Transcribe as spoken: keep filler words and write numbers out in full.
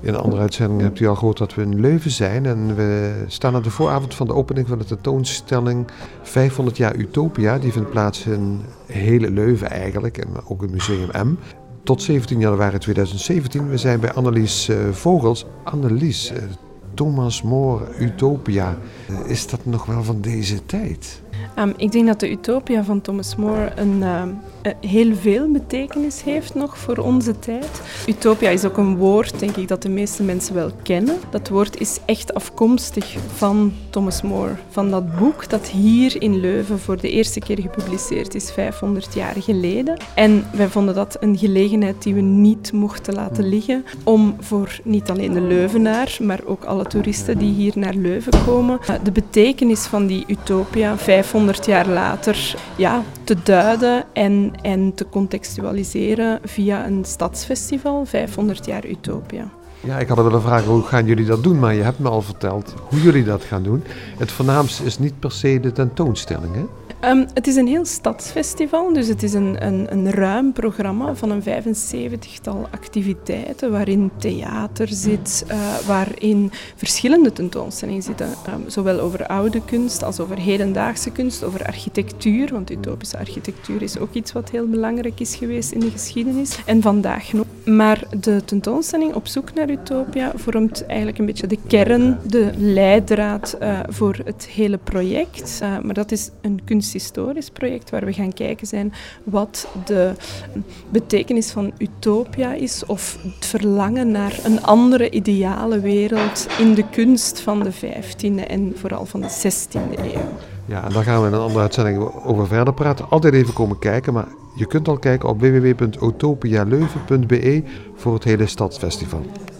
In een andere uitzending hebt u al gehoord dat we in Leuven zijn. En we staan aan de vooravond van de opening van de tentoonstelling vijfhonderd jaar Utopia. Die vindt plaats in hele Leuven eigenlijk, en ook in Museum M. Tot zeventien januari tweeduizend zeventien. We zijn bij Annelies uh, Vogels. Annelies, uh, Thomas More, Utopia. Uh, is dat nog wel van deze tijd? Um, ik denk dat de Utopia van Thomas More een, uh, uh, heel veel betekenis heeft nog voor onze tijd. Utopia is ook een woord, denk ik, dat de meeste mensen wel kennen. Dat woord is echt afkomstig van Thomas More, van dat boek dat hier in Leuven voor de eerste keer gepubliceerd is, vijfhonderd jaar geleden. En wij vonden dat een gelegenheid die we niet mochten laten liggen om voor niet alleen de Leuvenaar, maar ook alle toeristen die hier naar Leuven komen, uh, de betekenis van die Utopia vijfhonderd jaar later ja, te duiden en, en te contextualiseren via een stadsfestival, vijfhonderd jaar Utopia. Ja, ik had willen vragen hoe gaan jullie dat doen, maar je hebt me al verteld hoe jullie dat gaan doen. Het voornaamste is niet per se de tentoonstelling, hè? Um, het is een heel stadsfestival, dus het is een, een, een ruim programma van een vijfenzeventigtal activiteiten waarin theater zit, uh, waarin verschillende tentoonstellingen zitten. Um, zowel over oude kunst als over hedendaagse kunst, over architectuur, want utopische architectuur is ook iets wat heel belangrijk is geweest in de geschiedenis en vandaag nog. Maar de tentoonstelling Op zoek naar Utopia vormt eigenlijk een beetje de kern, de leidraad uh, voor het hele project. Uh, maar dat is een kunsthistorisch project waar we gaan kijken zijn wat de betekenis van Utopia is of het verlangen naar een andere ideale wereld in de kunst van de vijftiende en vooral van de zestiende eeuw. Ja, en daar gaan we in een andere uitzending over verder praten. Altijd even komen kijken, maar je kunt al kijken op w w w punt utopialeuven punt b e voor het hele stadsfestival.